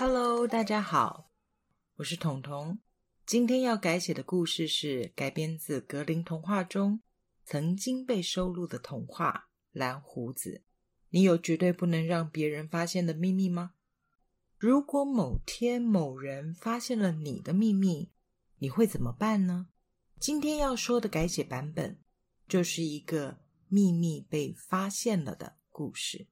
Hello， 大家好，我是彤彤。今天要改写的故事是改编自格林童话中曾经被收录的童话《蓝胡子》。你有绝对不能让别人发现的秘密吗？如果某天某人发现了你的秘密，你会怎么办呢？今天要说的改写版本就是一个秘密被发现了的故事。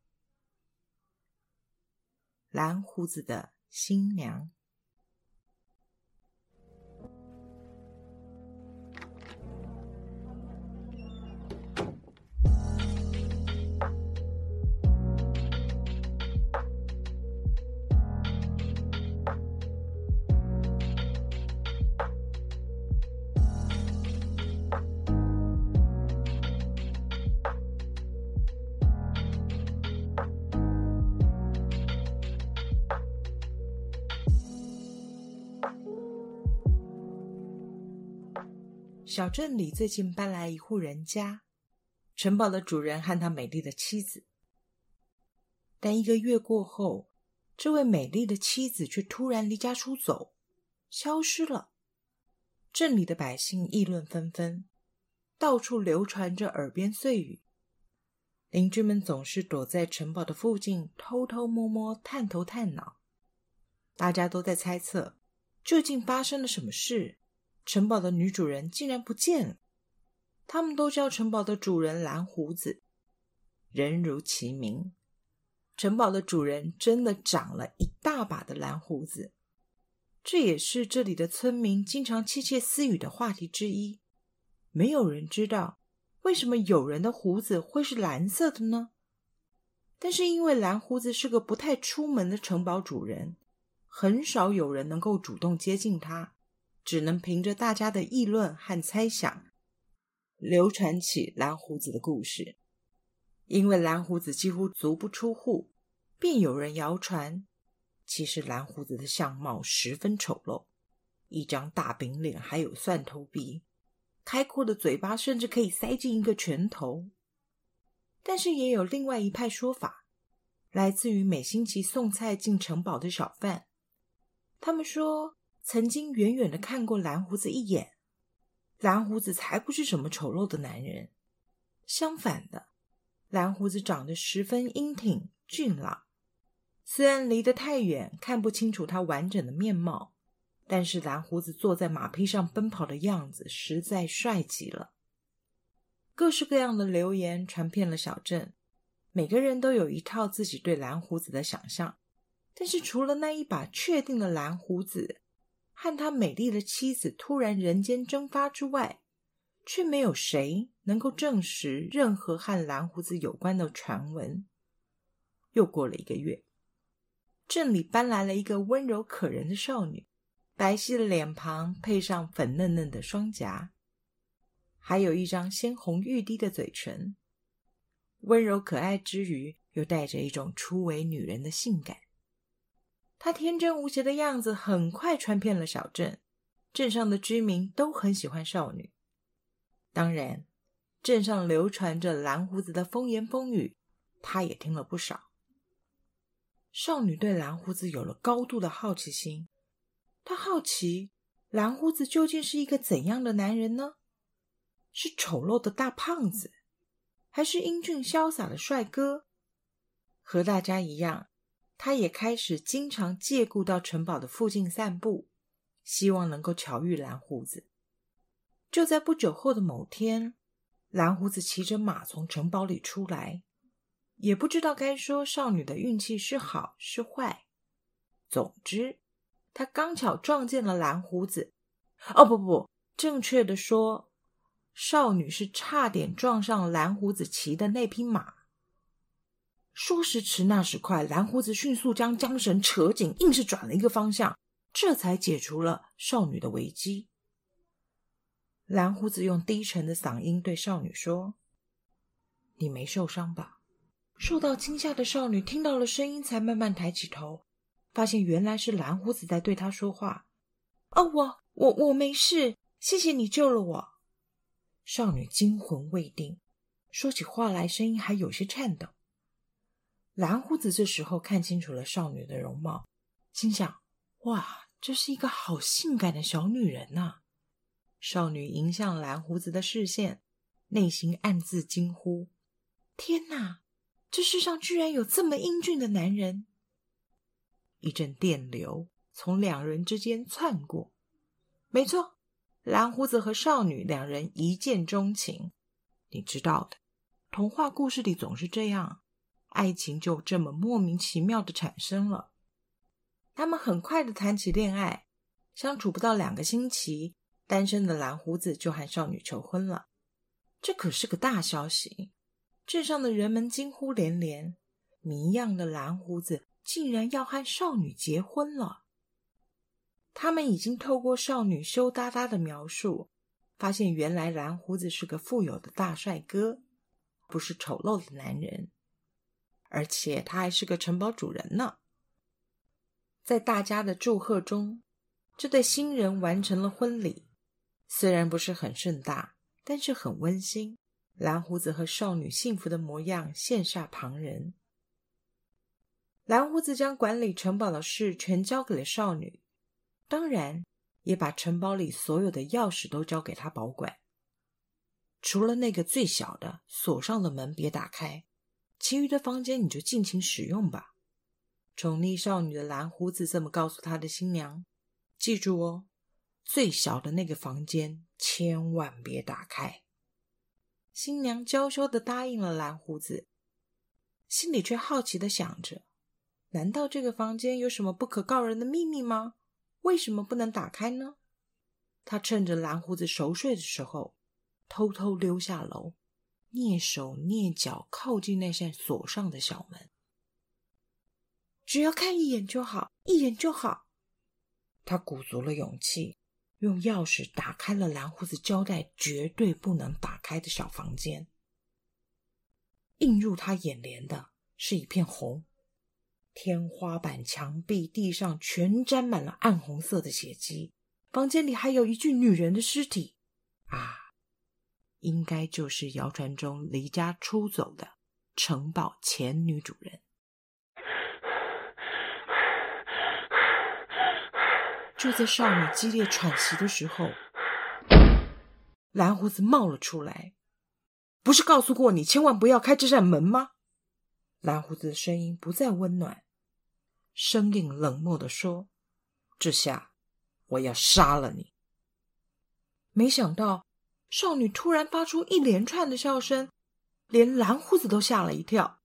蓝胡子的新娘。小镇里最近搬来一户人家，城堡的主人和他美丽的妻子。但1个月过后，这位美丽的妻子却突然离家出走，消失了。镇里的百姓议论纷纷，到处流传着耳边碎语。邻居们总是躲在城堡的附近，偷偷摸摸，探头探脑。大家都在猜测，究竟发生了什么事？城堡的女主人竟然不见了。他们都叫城堡的主人蓝胡子。人如其名，城堡的主人真的长了一大把的蓝胡子。这也是这里的村民经常窃窃私语的话题之一。没有人知道为什么有人的胡子会是蓝色的呢？但是因为蓝胡子是个不太出门的城堡主人，很少有人能够主动接近他，只能凭着大家的议论和猜想流传起蓝胡子的故事。因为蓝胡子几乎足不出户，便有人谣传，其实蓝胡子的相貌十分丑陋，一张大饼脸，还有蒜头鼻，开阔的嘴巴甚至可以塞进一个拳头。但是也有另外一派说法，来自于每星期送菜进城堡的小贩。他们说曾经远远地看过蓝胡子一眼，蓝胡子才不是什么丑陋的男人。相反的，蓝胡子长得十分英挺俊朗，虽然离得太远看不清楚他完整的面貌，但是蓝胡子坐在马匹上奔跑的样子实在帅极了。各式各样的流言传遍了小镇，每个人都有一套自己对蓝胡子的想象。但是除了那一把确定的蓝胡子和他美丽的妻子突然人间蒸发之外，却没有谁能够证实任何和蓝胡子有关的传闻。又过了1个月，镇里搬来了一个温柔可人的少女，白皙的脸庞配上粉嫩嫩的双颊，还有一张鲜红欲滴的嘴唇，温柔可爱之余又带着一种初为女人的性感。她天真无邪的样子很快传遍了小镇，镇上的居民都很喜欢少女。当然，镇上流传着蓝胡子的风言风语，她也听了不少。少女对蓝胡子有了高度的好奇心，她好奇蓝胡子究竟是一个怎样的男人呢？是丑陋的大胖子，还是英俊潇洒的帅哥？和大家一样，他也开始经常借故到城堡的附近散步，希望能够巧遇蓝胡子。就在不久后的某天，蓝胡子骑着马从城堡里出来，也不知道该说少女的运气是好是坏。总之，他刚巧撞见了蓝胡子。不，正确的说，少女是差点撞上蓝胡子骑的那匹马。说时迟那时快，蓝胡子迅速将缰绳扯紧，硬是转了一个方向，这才解除了少女的危机。蓝胡子用低沉的嗓音对少女说：“你没受伤吧？”受到惊吓的少女听到了声音，才慢慢抬起头，发现原来是蓝胡子在对她说话。我没事，谢谢你救了我。少女惊魂未定，说起话来声音还有些颤抖。蓝胡子这时候看清楚了少女的容貌， 心想，哇，这是一个好性感的小女人啊。少女迎向蓝胡子的视线，内心暗自惊呼，天哪，这世上居然有这么英俊的男人。一阵电流从两人之间窜过，没错，蓝胡子和少女两人一见钟情。你知道的，童话故事里总是这样，爱情就这么莫名其妙的产生了。他们很快的谈起恋爱，相处不到2个星期，单身的蓝胡子就和少女求婚了。这可是个大消息，镇上的人们惊呼连连，谜样的蓝胡子竟然要和少女结婚了。他们已经透过少女羞答答的描述，发现原来蓝胡子是个富有的大帅哥，不是丑陋的男人，而且他还是个城堡主人呢。在大家的祝贺中，这对新人完成了婚礼，虽然不是很盛大，但是很温馨。蓝胡子和少女幸福的模样羡煞旁人。蓝胡子将管理城堡的事全交给了少女，当然也把城堡里所有的钥匙都交给她保管，除了那个最小的锁上的门别打开，其余的房间你就尽情使用吧。宠溺少女的蓝胡子这么告诉她的新娘，记住哦，最小的那个房间千万别打开。新娘娇羞地答应了蓝胡子，心里却好奇地想着，难道这个房间有什么不可告人的秘密吗？为什么不能打开呢？她趁着蓝胡子熟睡的时候，偷偷溜下楼，蹑手蹑脚靠近那扇锁上的小门。只要看一眼就好，一眼就好。他鼓足了勇气，用钥匙打开了蓝胡子交代绝对不能打开的小房间。映入他眼帘的是一片红，天花板、墙壁、地上全沾满了暗红色的血迹，房间里还有一具女人的尸体。啊，应该就是谣传中离家出走的城堡前女主人。就在少女激烈喘息的时候，蓝胡子冒了出来。不是告诉过你千万不要开这扇门吗？蓝胡子的声音不再温暖，生硬冷漠地说，这下我要杀了你。没想到少女突然发出一连串的笑声，连蓝胡子都吓了一跳。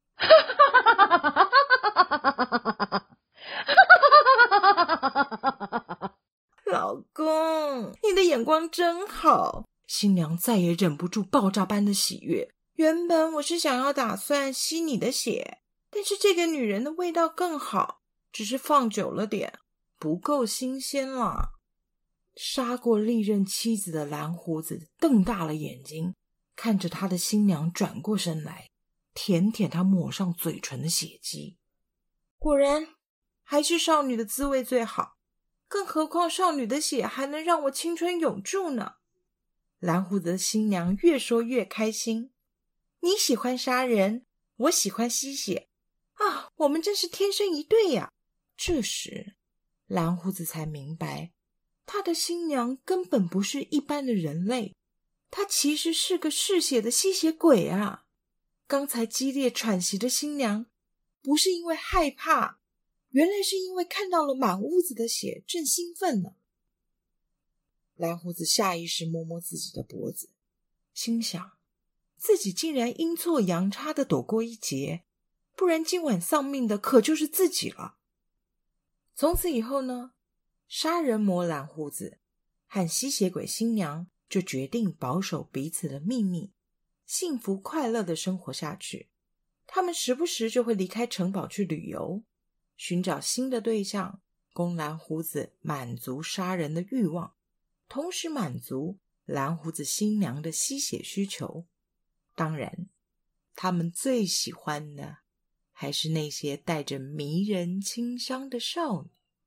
老公，你的眼光真好。新娘再也忍不住爆炸般的喜悦。原本我是想要打算吸你的血，但是这个女人的味道更好，只是放久了点，不够新鲜了。杀过历任妻子的蓝胡子瞪大了眼睛，看着他的新娘转过身来，舔舔她抹上嘴唇的血迹。果然还是少女的滋味最好，更何况少女的血还能让我青春永驻呢。蓝胡子的新娘越说越开心，你喜欢杀人，我喜欢吸血啊，我们真是天生一对呀。这时蓝胡子才明白，他的新娘根本不是一般的人类，她其实是个嗜血的吸血鬼啊。刚才激烈喘息的新娘不是因为害怕，原来是因为看到了满屋子的血，正兴奋呢。蓝胡子下意识摸摸自己的脖子，心想自己竟然阴错阳差地躲过一劫，不然今晚丧命的可就是自己了。从此以后呢，杀人魔蓝胡子和吸血鬼新娘就决定保守彼此的秘密，幸福快乐地生活下去。他们时不时就会离开城堡去旅游，寻找新的对象，供蓝胡子满足杀人的欲望，同时满足蓝胡子新娘的吸血需求。当然，他们最喜欢的还是那些带着迷人清香的少女。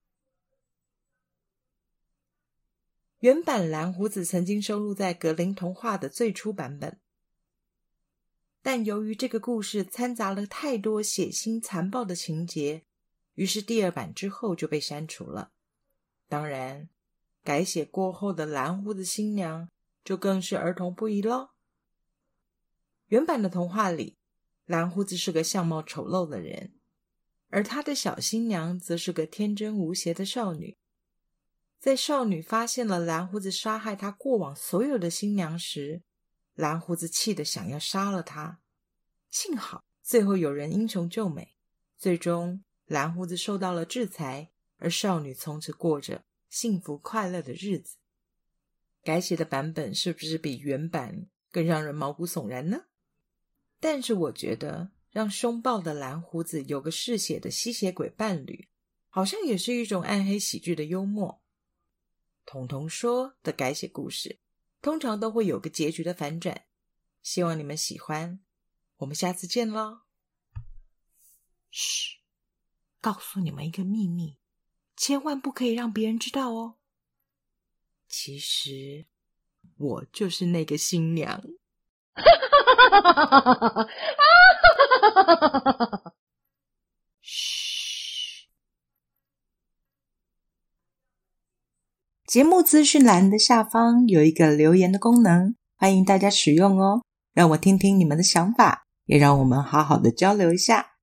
原版蓝胡子曾经收录在格林童话的最初版本，但由于这个故事掺杂了太多血腥残暴的情节， 于是第2版之后就被删除了。当然，改写过后的蓝胡子新娘就更是儿童不宜咯。原版的童话里，蓝胡子是个相貌丑陋的人，而他的小新娘则是个天真无邪的少女。在少女发现了蓝胡子杀害她过往所有的新娘时，蓝胡子气得想要杀了她。幸好最后有人英雄救美，最终蓝胡子受到了制裁，而少女从此过着幸福快乐的日子。改写的版本是不是比原版更让人毛骨悚然呢？但是我觉得让凶暴的蓝胡子有个嗜血的吸血鬼伴侣，好像也是一种暗黑喜剧的幽默。彤彤说的改写故事通常都会有个结局的反转，希望你们喜欢。我们下次见咯。嘘，告诉你们一个秘密，千万不可以让别人知道哦。其实我就是那个新娘。嘘。节目资讯栏的下方有一个留言的功能，欢迎大家使用哦，让我听听你们的想法，也让我们好好的交流一下。